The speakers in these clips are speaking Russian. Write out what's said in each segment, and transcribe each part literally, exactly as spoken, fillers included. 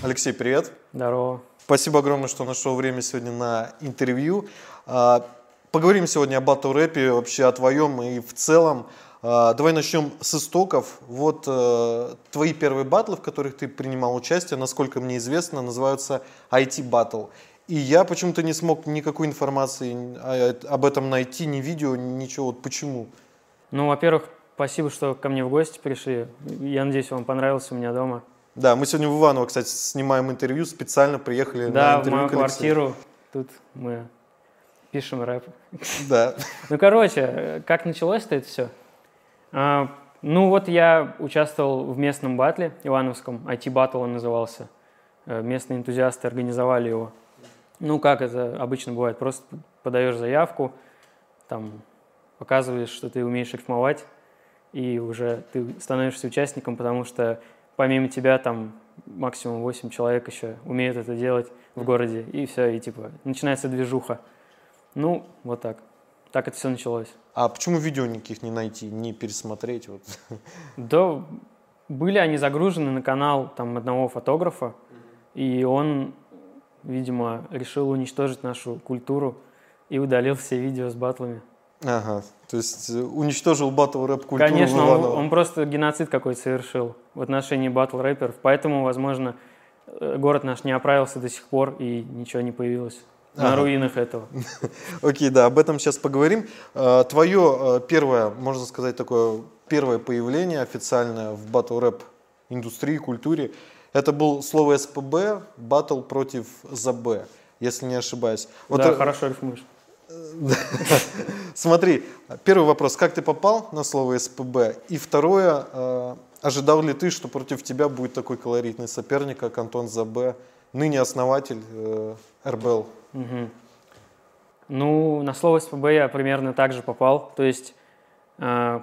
Алексей, привет. Здорово. Спасибо огромное, что нашел время сегодня на интервью. Поговорим сегодня о батл-рэпе, вообще о твоем и в целом. Давай начнем с истоков. Вот твои первые батлы, в которых ты принимал участие, насколько мне известно, называются ай ти Battle. И я почему-то не смог никакой информации об этом найти, ни видео, ничего. Вот почему? Ну, во-первых, спасибо, что ко мне в гости пришли. Я надеюсь, вам понравилось у меня дома. Да, мы сегодня в Иваново, кстати, снимаем интервью, специально приехали да, на интервью. Да, в мою квартиру. Тут мы пишем рэп. Да. Ну, короче, как началось-то это все? А, ну, вот я участвовал в местном батле ивановском, ай ти Battle он назывался. Местные энтузиасты организовали его. Ну, как это обычно бывает, просто подаешь заявку, там, показываешь, что ты умеешь рифмовать, и уже ты становишься участником, потому что помимо тебя там максимум восемь человек еще умеют это делать в городе, и все, и типа начинается движуха. Ну, вот так. Так это все началось. А почему видео никаких не найти, не пересмотреть? Вот. Да, были они загружены на канал там одного фотографа, и он, видимо, решил уничтожить нашу культуру и удалил все видео с батлами. Ага, то есть уничтожил батл-рэп-культуру. Конечно, он, он просто геноцид какой-то совершил в отношении батл-рэперов, поэтому, возможно, город наш не оправился до сих пор и ничего не появилось ага. на руинах этого. Окей, да, об этом сейчас поговорим. Твое первое, можно сказать, такое первое появление официальное в батл-рэп индустрии, культуре, это был слово эс пэ бэ, батл против зэ бэ, если не ошибаюсь. Вот да, это... хорошо рифмуешь. Смотри, первый вопрос, как ты попал на слово эс пэ бэ? И второе, э, ожидал ли ты, что против тебя будет такой колоритный соперник, как Антон зэ бэ, ныне основатель э, эр бэ эл? Угу. Ну, на слово эс пэ бэ я примерно так же попал. То есть э,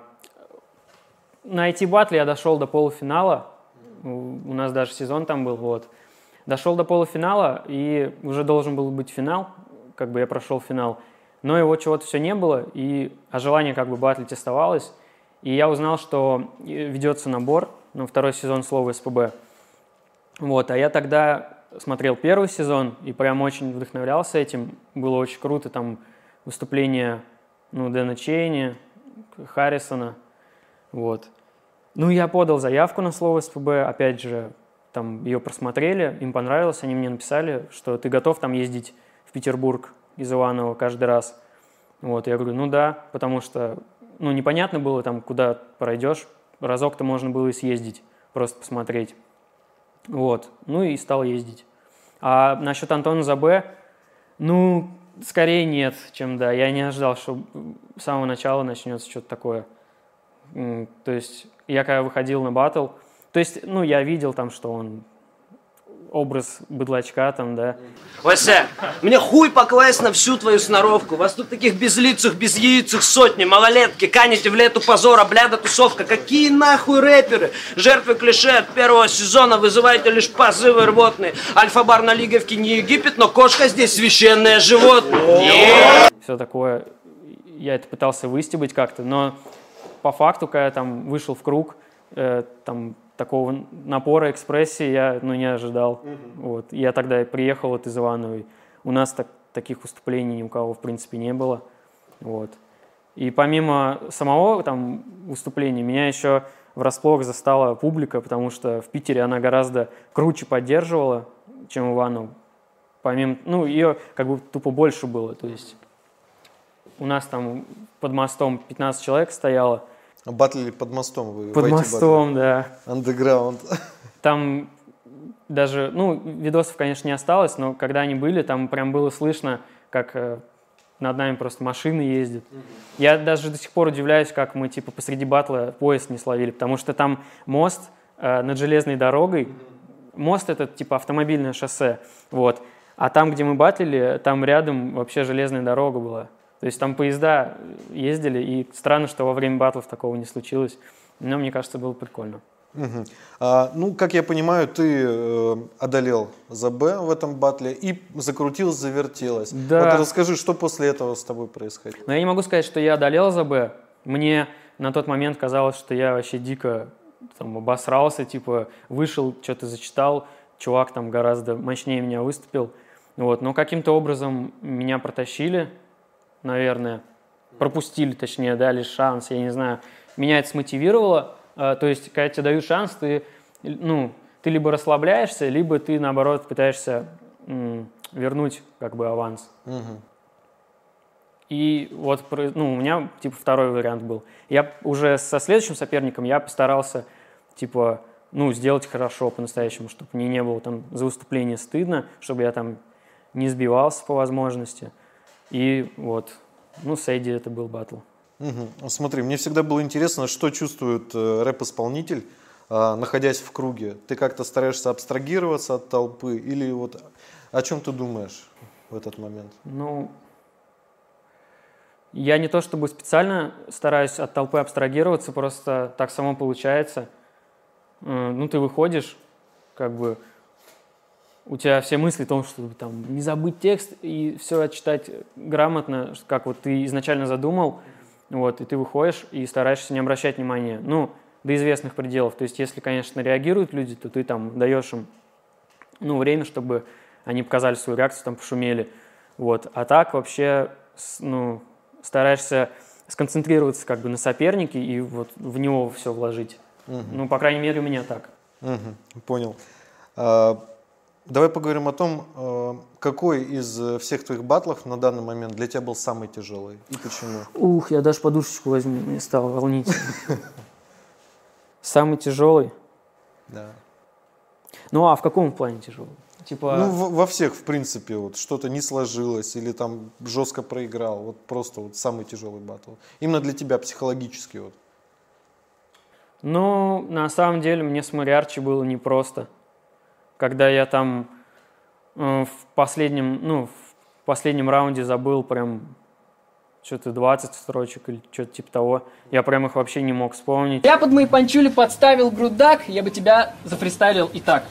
на ай ти Battle я дошел до полуфинала, у нас даже сезон там был, вот. Дошел до полуфинала и уже должен был быть финал, как бы я прошел финал. Но его чего-то все не было, и, а желание как бы батлить оставалось. И я узнал, что ведется набор на второй сезон слова эс пэ бэ. Вот, а я тогда смотрел первый сезон и прям очень вдохновлялся этим. Было очень круто, там выступления ну, Дэна Чейни, Харрисона. Вот. Ну, я подал заявку на слово эс пэ бэ, опять же, там ее просмотрели, им понравилось, они мне написали, что ты готов там ездить в Петербург из Иваново каждый раз. Вот, я говорю, ну да, потому что, ну, непонятно было там, куда пройдешь, разок-то можно было и съездить, просто посмотреть. Вот, ну и стал ездить. А насчет Антона зэ бэ, ну, скорее нет, чем да. Я не ожидал, что с самого начала начнется что-то такое. То есть я когда выходил на баттл, то есть, ну, я видел там, что он... образ быдлачка там, да. Вася, мне хуй покласть на всю твою сноровку. Вас тут таких безлицых, без яицых сотни, малолетки, канете в лету позора, бляда тусовка. Какие нахуй рэперы? Жертвы клише от первого сезона, вызываете лишь позывы рвотные. Альфа-бар на Лиговке не Египет, но кошка здесь священное животное. Все такое, я это пытался выстебать как-то, но по факту, когда я там вышел в круг, э, там, такого напора, экспрессии я ну, не ожидал. Uh-huh. Вот. Я тогда приехал вот из Ивановой. У нас так, таких выступлений ни у кого, в принципе, не было. Вот. И помимо самого там, выступления, меня еще врасплох застала публика, потому что в Питере она гораздо круче поддерживала, чем Иванову. Помимо, ну, ее как бы тупо больше было. То есть у нас там под мостом пятнадцать человек стояло. Батлили под мостом вы? Под мостом, да. Андеграунд. Там даже, ну, видосов, конечно, не осталось, но когда они были, там прям было слышно, как э, над нами просто машины ездят. Mm-hmm. Я даже до сих пор удивляюсь, как мы, типа, посреди батла поезд не словили, потому что там мост э, над железной дорогой. Mm-hmm. Мост — это, типа, автомобильное шоссе, вот. А там, где мы батлили, там рядом вообще железная дорога была. То есть там поезда ездили, и странно, что во время батлов такого не случилось. Но мне кажется, было прикольно. Угу. А, ну, как я понимаю, ты э, одолел зэ бэ в этом батле и закрутилось, завертелось. Да. Вот расскажи, что после этого с тобой происходило? Но я не могу сказать, что я одолел зэ бэ. Мне на тот момент казалось, что я вообще дико там, обосрался, типа вышел, что-то зачитал, чувак там гораздо мощнее меня выступил. Вот. Но каким-то образом меня протащили, наверное, пропустили, точнее, дали шанс, я не знаю. Меня это смотивировало. То есть, когда тебе дают шанс, ты, ну, ты либо расслабляешься, либо ты, наоборот, пытаешься м, вернуть как бы аванс. Угу. И вот, ну, у меня, типа, второй вариант был. Я уже со следующим соперником я постарался, типа, ну, сделать хорошо по-настоящему, чтобы мне не было там за выступление стыдно, чтобы я там не сбивался по возможности. И вот, ну, с Эдди это был баттл. Угу. Смотри, мне всегда было интересно, что чувствует э, рэп-исполнитель, э, находясь в круге. Ты как-то стараешься абстрагироваться от толпы или вот о чем ты думаешь в этот момент? Ну, я не то чтобы специально стараюсь от толпы абстрагироваться, просто так само получается. Ну, ты выходишь, как бы, у тебя все мысли о том, что там не забыть текст и все отчитать грамотно, как вот ты изначально задумал, вот, и ты выходишь и стараешься не обращать внимания, ну, до известных пределов. То есть, если, конечно, реагируют люди, то ты там даешь им, ну, время, чтобы они показали свою реакцию, там, пошумели, вот. А так вообще, ну, стараешься сконцентрироваться как бы на сопернике и вот в него все вложить. Угу. Ну, по крайней мере, у меня так. Угу, понял. А, давай поговорим о том, а, какой из всех твоих баттлов на данный момент для тебя был самый тяжелый и почему? Ух, я даже подушечку возьму, мне стало волнительно. Самый тяжелый? Да. Ну, а в каком плане тяжелый? Типа... Ну, во всех, в принципе, вот что-то не сложилось или там жестко проиграл. Вот просто вот самый тяжелый баттл. Именно для тебя психологически вот. Ну, на самом деле, мне с Мориарчи было непросто. Когда я там э, в последнем, ну, в последнем раунде забыл прям что-то двадцать строчек или что-то типа того. Я прям их вообще не мог вспомнить. Я под мои панчули подставил грудак, я бы тебя зафристайлил и так.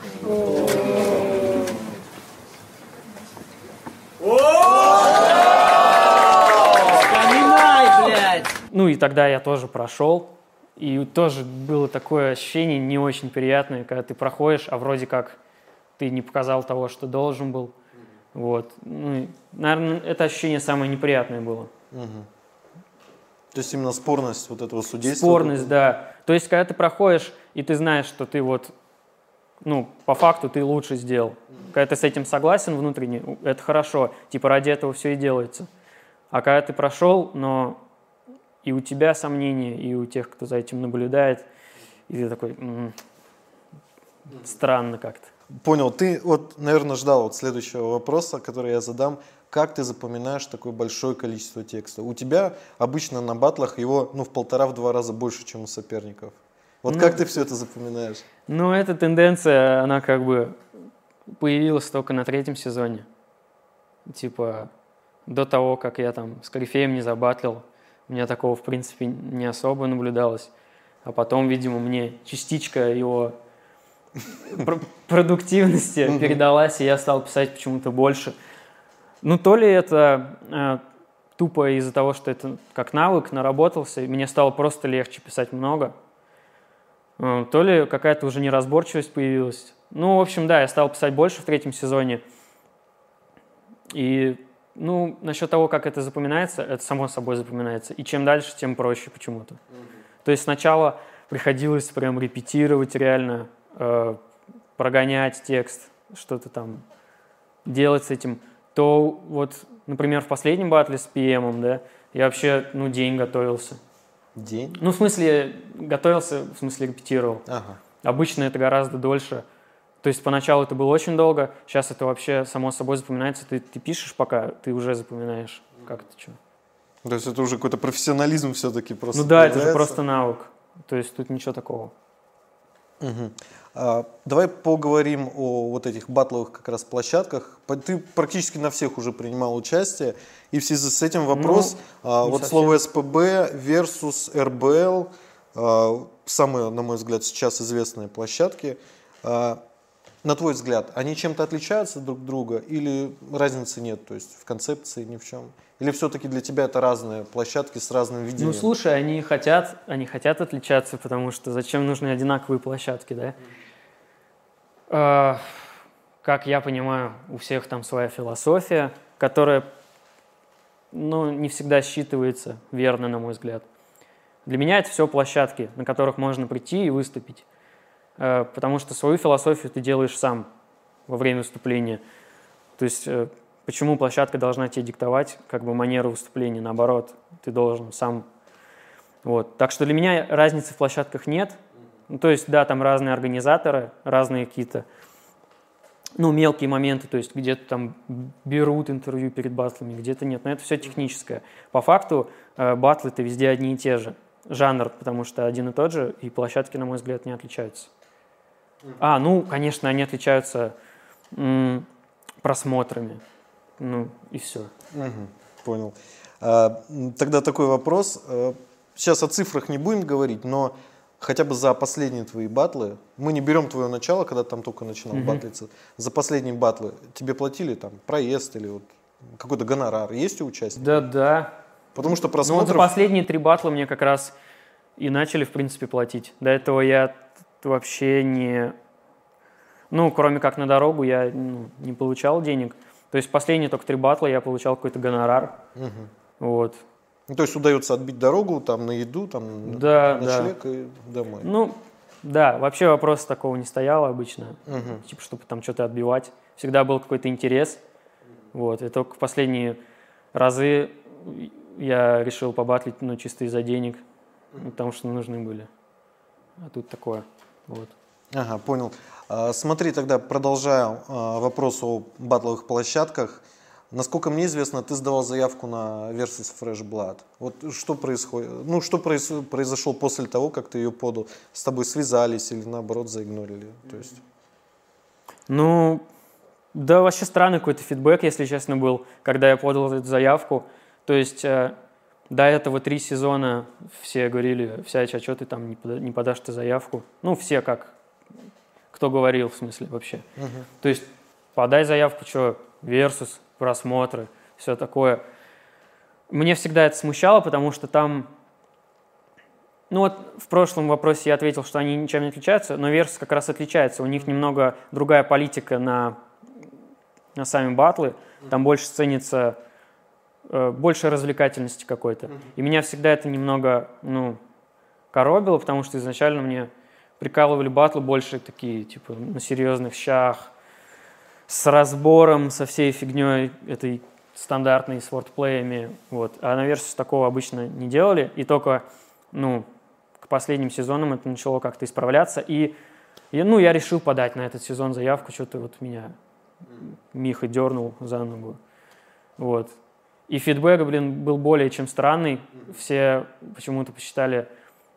Вспоминай, блядь! Ну и тогда я тоже прошел. И тоже было такое ощущение не очень приятное, когда ты проходишь, а вроде как ты не показал того, что должен был. Вот. Ну, наверное, это ощущение самое неприятное было. Угу. То есть именно спорность вот этого судейства? Спорность, да. То есть, когда ты проходишь, и ты знаешь, что ты вот, ну, по факту ты лучше сделал. Когда ты с этим согласен внутренне, это хорошо. Типа ради этого все и делается. А когда ты прошел, но и у тебя сомнения, и у тех, кто за этим наблюдает, и ты такой, м-м, странно как-то. Понял. Ты вот, наверное, ждал вот следующего вопроса, который я задам. Как ты запоминаешь такое большое количество текста? У тебя обычно на баттлах его, ну, в полтора-два раза больше, чем у соперников. Вот ну, как ты все это запоминаешь? Ну, эта тенденция, она как бы появилась только на третьем сезоне. Типа, до того, как я там с Корифеем не забатлил, у меня такого, в принципе, не особо наблюдалось. А потом, видимо, мне частичка его продуктивности передалась, и я стал писать почему-то больше. Ну, то ли это э, тупо из-за того, что это как навык, наработался, и мне стало просто легче писать много. Э, то ли какая-то уже неразборчивость появилась. Ну, в общем, да, я стал писать больше в третьем сезоне. И, ну, насчет того, как это запоминается, это само собой запоминается. И чем дальше, тем проще почему-то. Mm-hmm. То есть сначала приходилось прям репетировать реально, э, прогонять текст, что-то там делать с этим. То вот, например, в последнем баттле с пи эм, да, я вообще, ну, день готовился. День? Ну, в смысле, готовился, в смысле, репетировал. Ага. Обычно это гораздо дольше. То есть поначалу это было очень долго, сейчас это вообще само собой запоминается. Ты, ты пишешь пока, ты уже запоминаешь, как это что. То есть это уже какой-то профессионализм все-таки просто. Ну да, появляется. это же просто навык. То есть тут ничего такого. Угу. А, давай поговорим о вот этих баттловых как раз площадках. Ты практически на всех уже принимал участие. И в связи с этим вопрос. Ну, а, вот совсем. Слово эс пэ бэ versus эр бэ эл. А, самые, на мой взгляд, сейчас известные площадки. А, на твой взгляд, они чем-то отличаются друг от друга или разницы нет? То есть в концепции ни в чем? Или все-таки для тебя это разные площадки с разным видением? Ну, слушай, они хотят, они хотят отличаться, потому что зачем нужны одинаковые площадки, да? Э, как я понимаю, у всех там своя философия, которая, ну, не всегда считывается верно, на мой взгляд. Для меня это все площадки, на которых можно прийти и выступить. Э, потому что свою философию ты делаешь сам во время выступления. То есть э, почему площадка должна тебе диктовать как бы манеру выступления? Наоборот, ты должен сам. Вот. Так что для меня разницы в площадках нет. Ну, то есть, да, там разные организаторы, разные какие-то, ну, мелкие моменты, то есть где-то там берут интервью перед батлами, где-то нет. Но это все техническое. По факту э, батлы-то везде одни и те же. Жанр, потому что один и тот же, и площадки, на мой взгляд, не отличаются. А, ну, конечно, они отличаются м- просмотрами. Ну, и все. Угу, понял. А, тогда такой вопрос. Сейчас о цифрах не будем говорить, но хотя бы за последние твои батлы, мы не берем твое начало, когда там только начинал угу. батлиться, за последние батлы тебе платили там проезд или вот какой-то гонорар? Есть у участников? Да, да. Потому что просмотров... Ну, вот за последние три батла мне как раз и начали, в принципе, платить. До этого я вообще не... Ну, кроме как на дорогу, я ну, не получал денег. То есть последние только три батла я получал какой-то гонорар. Угу. Вот. Ну, то есть удается отбить дорогу там, на еду, там, да, на ночлег да. и домой. Ну, да, вообще вопроса такого не стояло обычно. Угу. Типа, чтобы там что-то отбивать. Всегда был какой-то интерес. Вот. И только в последние разы я решил побатлить, ну, чисто из-за денег. Потому что нужны были. А тут такое. Вот. Ага, понял. А, смотри, тогда продолжая а, вопрос о батловых площадках. Насколько мне известно, ты сдавал заявку на Versus Fresh Blood. Вот что происходит? Ну, что произ, произошло после того, как ты ее подал? С тобой связались или наоборот заигнорили? То есть... Ну, да, вообще странный какой-то фидбэк, если честно, был, когда я подал эту заявку. То есть э, до этого три сезона все говорили, всяче, а что ты там не, пода- не подашь ты заявку? Ну, все как, кто говорил, в смысле, вообще. Угу. То есть подай заявку, что, Versus, просмотры, все такое. Мне всегда это смущало, потому что там... Ну вот в прошлом вопросе я ответил, что они ничем не отличаются, но Versus как раз отличается. У них немного другая политика на, на сами батлы. Там больше ценится... больше развлекательности какой-то. И меня всегда это немного, ну, коробило, потому что изначально мне прикалывали батлы больше такие, типа, на серьезных щах, с разбором, со всей фигней этой стандартной, с вордплеями, вот. А на Versus такого обычно не делали, и только, ну, к последним сезонам это начало как-то исправляться, и, и ну, я решил подать на этот сезон заявку, что-то вот меня Миха дернул за ногу, вот. И фидбэк, блин, был более чем странный. Все почему-то посчитали...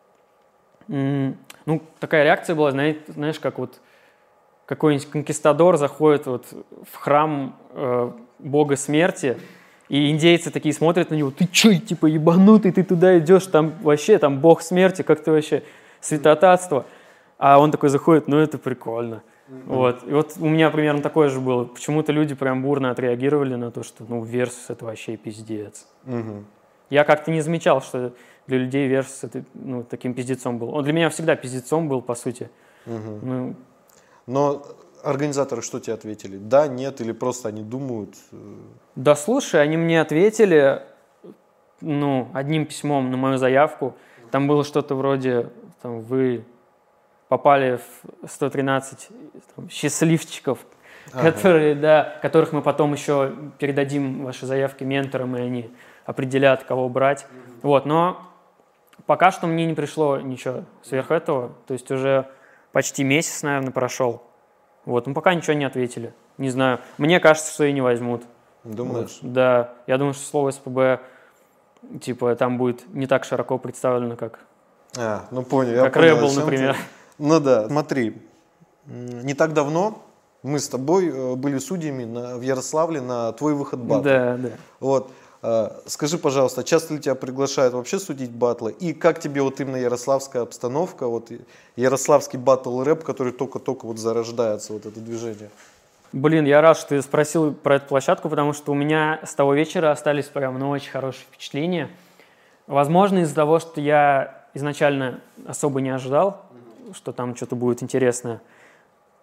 М- ну, такая реакция была, знаешь, знаешь, как вот какой-нибудь конкистадор заходит вот в храм э, бога смерти, и индейцы такие смотрят на него: ты чё, типа, ебанутый, ты туда идешь, там вообще, там бог смерти, как ты вообще, святотатство. А он такой заходит: ну, это прикольно. Mm-hmm. Вот. И вот у меня примерно такое же было. Почему-то люди прям бурно отреагировали на то, что, ну, Versus — это вообще пиздец. Mm-hmm. Я как-то не замечал, что для людей Versus это, ну, таким пиздецом был. Он для меня всегда пиздецом был, по сути. Mm-hmm. Ну, но организаторы что тебе ответили? Да, нет, или просто они думают? Да, слушай, они мне ответили, ну, одним письмом на мою заявку. Там было что-то вроде, там, вы... попали в сто тринадцать там, счастливчиков, ага. которые, да, которых мы потом еще передадим ваши заявки менторам, и они определят, кого брать. Mm-hmm. Вот, но пока что мне не пришло ничего сверх этого. То есть уже почти месяц, наверное, прошел. Вот, но пока ничего не ответили. Не знаю. Мне кажется, что и не возьмут. Думаешь? Вот, да. Я думаю, что слово СПБ, типа, там будет не так широко представлено, как... А, ну понял. Как Rebel, например. Ты... Ну да, смотри, не так давно мы с тобой были судьями на, в Ярославле на твой выход батла. Да, да. Вот, э, скажи, пожалуйста, часто ли тебя приглашают вообще судить батлы? И как тебе вот именно ярославская обстановка, вот ярославский батл-рэп, который только-только вот зарождается, вот это движение? Блин, я рад, что ты спросил про эту площадку, потому что у меня с того вечера остались прям, ну, очень хорошие впечатления. Возможно, из-за того, что я изначально особо не ожидал, что там что-то будет интересное.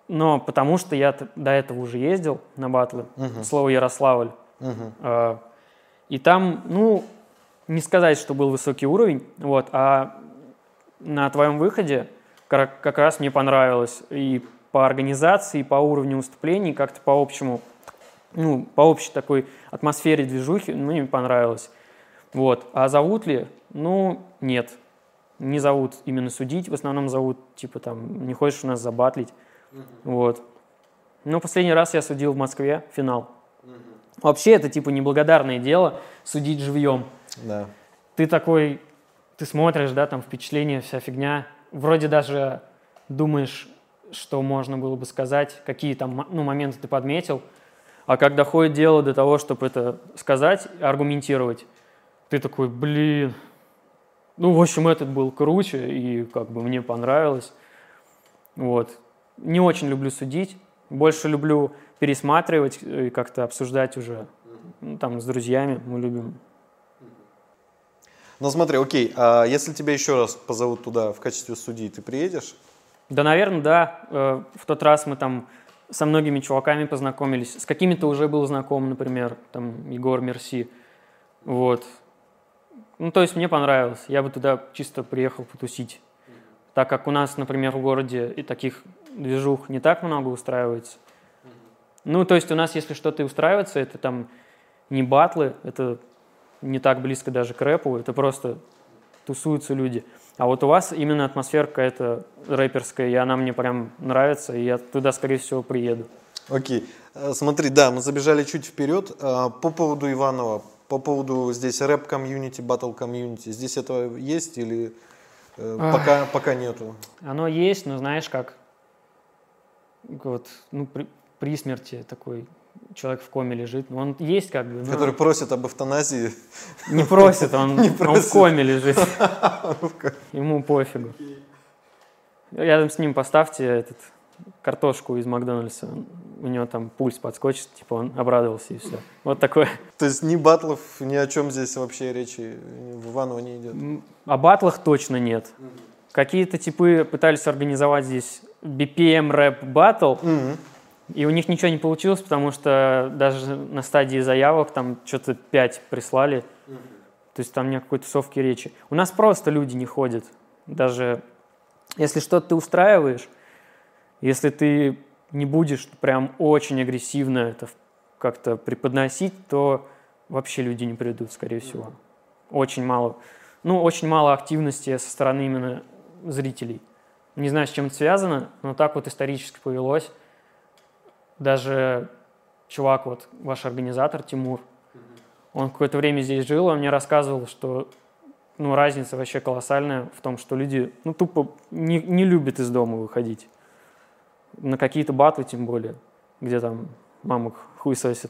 но потому что я т- до этого уже ездил на батлы, Мгм. слово Ярославль. Мгм. А, И там, ну, не сказать, что был высокий уровень, вот, а на твоем выходе как, как раз мне понравилось и по организации, и по уровню выступлений, как-то по общему, ну, по общей такой атмосфере движухи, ну, мне понравилось. Вот. А зовут ли? Ну, нет. Не зовут именно судить, в основном зовут, типа, там, не хочешь у нас забатлить. Вот. Но последний раз я судил в Москве финал. Вообще это типа неблагодарное дело судить живьем. Да. Ты такой, ты смотришь, да, там впечатление, вся фигня. Вроде даже думаешь, что можно было бы сказать, какие там м- ну, моменты ты подметил. А когда доходит дело до того, чтобы это сказать, аргументировать, ты такой, блин. Ну, в общем, этот был круче, и как бы мне понравилось. Вот. Не очень люблю судить. Больше люблю пересматривать и как-то обсуждать уже. Ну, там с друзьями мы любим. Ну смотри, окей, а если тебя еще раз позовут туда в качестве судьи, ты приедешь? Да, наверное, да. Э, В тот раз мы там со многими чуваками познакомились. С какими-то уже был знаком, например, там Егор Мерси. Вот. Ну, то есть мне понравилось. Я бы туда чисто приехал потусить. Так как у нас, например, в городе и таких движух не так много устраивается. Ну, то есть у нас, если что-то и устраивается, это там не батлы, это не так близко даже к рэпу, это просто тусуются люди. А вот у вас именно атмосфера какая-то рэперская, и она мне прям нравится, и я туда, скорее всего, приеду. Окей. Э, Смотри, да, мы забежали чуть вперед. А, По поводу Иванова, по поводу здесь рэп-комьюнити, батл-комьюнити, здесь этого есть или э, Ах. пока, пока нету? Оно есть, но знаешь, как вот, ну, при, при смерти такой человек в коме лежит. Ну, он есть как бы, но Который просит об эвтаназии. не просит, он, Не он просит. в коме лежит. Ему пофигу. Рядом с ним поставьте этот, картошку из Макдональдса. У него там пульс подскочит, типа он обрадовался и все. Вот такое. То есть ни батлов, ни о чем здесь вообще речи в Иваново не идет. М, О батлах точно нет. Какие-то типы пытались организовать здесь би пи эм рэп батл, Мгм. и у них ничего не получилось, потому что даже на стадии заявок там что-то пять прислали. То есть там ни о какой тусовке речи. У нас просто люди не ходят. Даже если что-то ты устраиваешь, если ты не будешь прям очень агрессивно это как-то преподносить, то вообще люди не придут, скорее всего. Очень мало. Ну, очень мало активности со стороны именно зрителей. Не знаю, с чем это связано, но так вот исторически повелось. Даже чувак, вот ваш организатор Тимур, он какое-то время здесь жил, он мне рассказывал, что ну, разница вообще колоссальная в том, что люди ну, тупо не, не любят из дома выходить. На какие-то батлы тем более, где там мамок хуй сосит.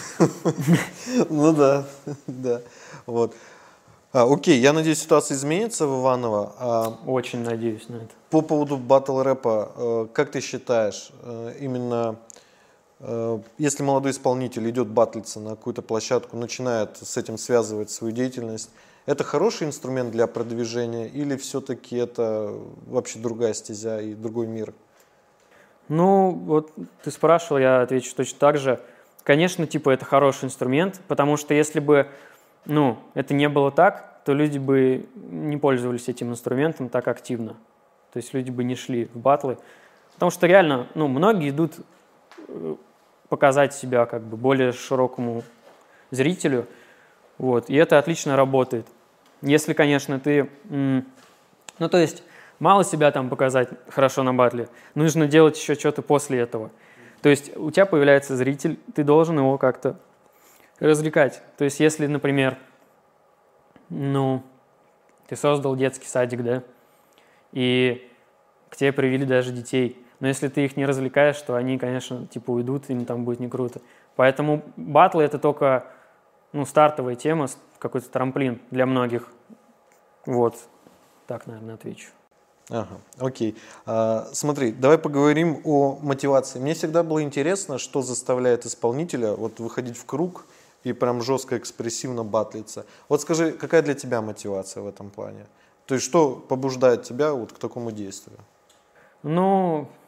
Ну да, да. Вот. А, окей, я надеюсь, ситуация изменится в Иваново. А, Очень надеюсь на это. по поводу батл рэпа, э, как ты считаешь, э, именно э, если молодой исполнитель идет батлиться на какую-то площадку, начинает с этим связывать свою деятельность, это хороший инструмент для продвижения или все-таки это вообще другая стезя и другой мир? Ну, вот ты спрашивал, я отвечу точно так же. Конечно, типа, это хороший инструмент, потому что если бы, ну, это не было так, то люди бы не пользовались этим инструментом так активно. То есть люди бы не шли в батлы. Потому что реально, ну, многие идут э, показать себя как бы более широкому зрителю. Вот, и это отлично работает. Если, конечно, ты... м, ну, то есть... Мало себя там показать хорошо на батле, нужно делать еще что-то после этого. То есть у тебя появляется зритель, ты должен его как-то развлекать. То есть если, например, ну, ты создал детский садик, да, и к тебе привели даже детей, но если ты их не развлекаешь, то они, конечно, типа уйдут, им там будет не круто. Поэтому батлы — это только, ну, стартовая тема, какой-то трамплин для многих. Вот, так, наверное, отвечу. Ага, окей. А, смотри, давай поговорим о мотивации. Мне всегда было интересно, что заставляет исполнителя вот выходить в круг и прям жестко экспрессивно батлиться. Вот скажи, какая для тебя мотивация в этом плане? То есть что побуждает тебя вот к такому действию? Ну,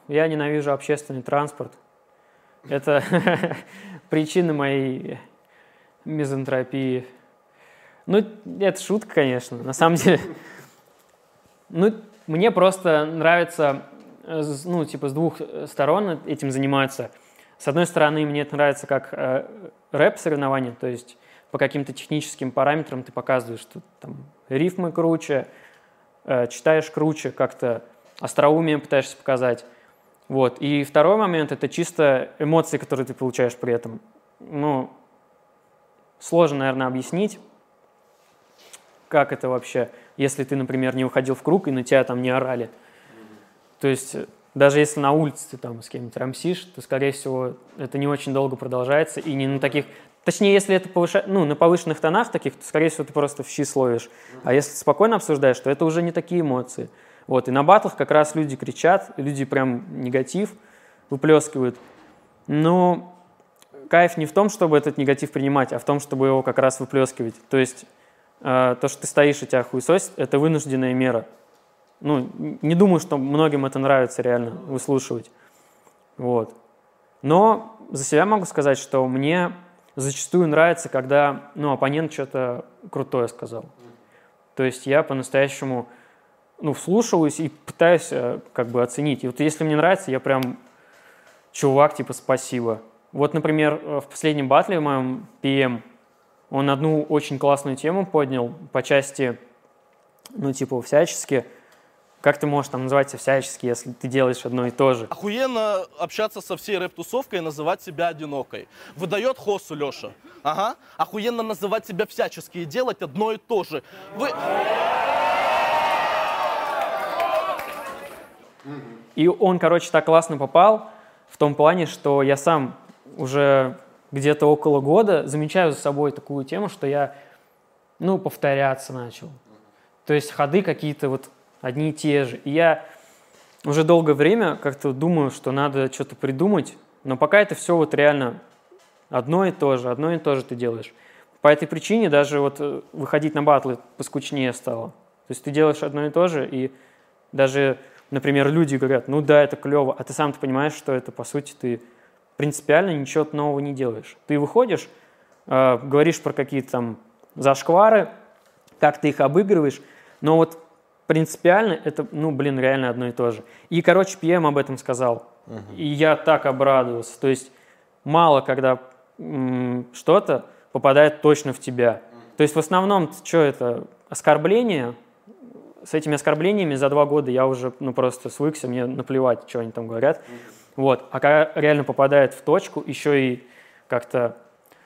я ненавижу общественный транспорт. Это причина моей мизантропии. Ну, это шутка, конечно, на самом деле. Ну, мне просто нравится, ну, типа, с двух сторон этим заниматься. С одной стороны, мне это нравится как э, рэп-соревнование, то есть по каким-то техническим параметрам ты показываешь, что там рифмы круче, э, читаешь круче, как-то остроумие пытаешься показать. Вот. И второй момент – это чисто эмоции, которые ты получаешь при этом. Ну, сложно, наверное, объяснить, как это вообще, если ты, например, не уходил в круг и на тебя там не орали. То есть даже если на улице ты там с кем-нибудь рамсишь, то, скорее всего, это не очень долго продолжается. И не на таких… Точнее, если это повыша... ну, на повышенных тонах таких, то, скорее всего, ты просто в щи словишь. А если ты спокойно обсуждаешь, то это уже не такие эмоции. Вот. И на батлах как раз люди кричат, люди прям негатив выплескивают. Но кайф не в том, чтобы этот негатив принимать, а в том, чтобы его как раз выплескивать. То есть э, то, что ты стоишь и тебя хуесосит, это вынужденная мера. Ну, не думаю, что многим это нравится реально выслушивать. Вот. Но за себя могу сказать, что мне зачастую нравится, когда, ну, оппонент что-то крутое сказал. То есть я по-настоящему, ну, вслушиваюсь и пытаюсь как бы оценить. И вот если мне нравится, я прям, чувак, типа, спасибо. Вот, например, в последнем батле в моем пи эм он одну очень классную тему поднял по части, ну, типа, всячески. Как ты можешь там называть себя всячески, если ты делаешь одно и то же? Охуенно общаться со всей рэп-тусовкой и называть себя одинокой. Выдает хосу Леша. Ага. Охуенно называть себя всячески и делать одно и то же. Вы... И он, короче, так классно попал в том плане, что я сам уже где-то около года замечаю за собой такую тему, что я, ну, повторяться начал. То есть ходы какие-то вот одни и те же. И я уже долгое время как-то думаю, что надо что-то придумать, но пока это все вот реально одно и то же, одно и то же ты делаешь. По этой причине даже вот выходить на батлы поскучнее стало. То есть ты делаешь одно и то же, и даже, например, люди говорят, ну да, это клево, а ты сам-то понимаешь, что это, по сути, ты принципиально ничего нового не делаешь. Ты выходишь, э, говоришь про какие-то там зашквары, как ты их обыгрываешь, но вот принципиально это, ну, блин, реально одно и то же. И, короче, пи эм об этом сказал. Uh-huh. И я так обрадовался. То есть мало когда м- что-то попадает точно в тебя. Uh-huh. То есть в основном, что это, оскорбления. С этими оскорблениями за два года я уже, ну, просто свыкся, мне наплевать, что они там говорят. Uh-huh. Вот. А когда реально попадает в точку, еще и как-то,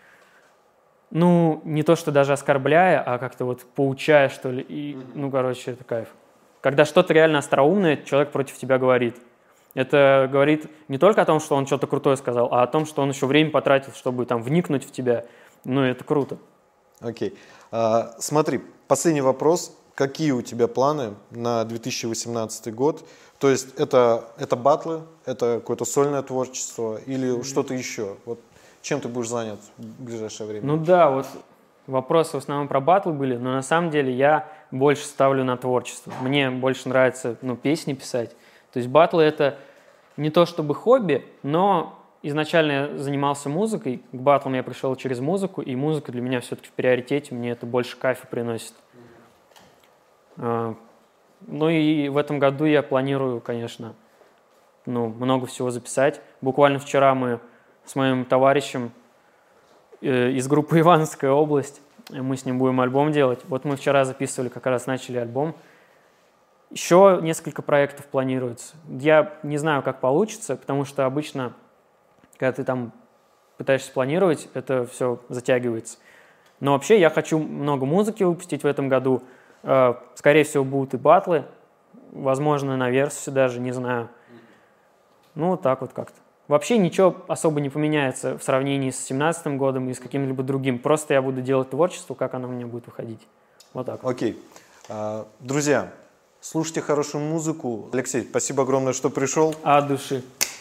ну, не то, что даже оскорбляя, а как-то вот поучая, что ли. И, ну, короче, это кайф. Когда что-то реально остроумное человек против тебя говорит. Это говорит не только о том, что он что-то крутое сказал, а о том, что он еще время потратил, чтобы там вникнуть в тебя. Ну, это круто. Окей. Okay. А, смотри, последний вопрос. Какие у тебя планы на две тысячи восемнадцатый год? То есть это, это батлы, это какое-то сольное творчество или mm-hmm. что-то еще? Вот. Чем ты будешь занят в ближайшее время? Ну да, вот вопросы в основном про батлы были, но на самом деле я больше ставлю на творчество. Мне больше нравится, ну, песни писать. То есть батлы — это не то чтобы хобби, но изначально я занимался музыкой. К батлам я пришел через музыку, и музыка для меня все-таки в приоритете, мне это больше кайфа приносит. Mm-hmm. Ну и в этом году я планирую, конечно, ну, много всего записать. Буквально вчера мы с моим товарищем э, из группы «Ивановская область». Мы с ним будем альбом делать. Вот мы вчера записывали, как раз начали альбом. Еще несколько проектов планируется. Я не знаю, как получится, потому что обычно, когда ты там пытаешься планировать, это все затягивается. Но вообще я хочу много музыки выпустить в этом году. Э, скорее всего, будут и батлы. Возможно, на версию даже, не знаю. Ну, вот так вот как-то. Вообще ничего особо не поменяется в сравнении с семнадцатым годом и с каким-либо другим. Просто я буду делать творчество, как оно у меня будет выходить. Вот так. Окей. Okay. Друзья, слушайте хорошую музыку. Алексей, спасибо огромное, что пришел. От души.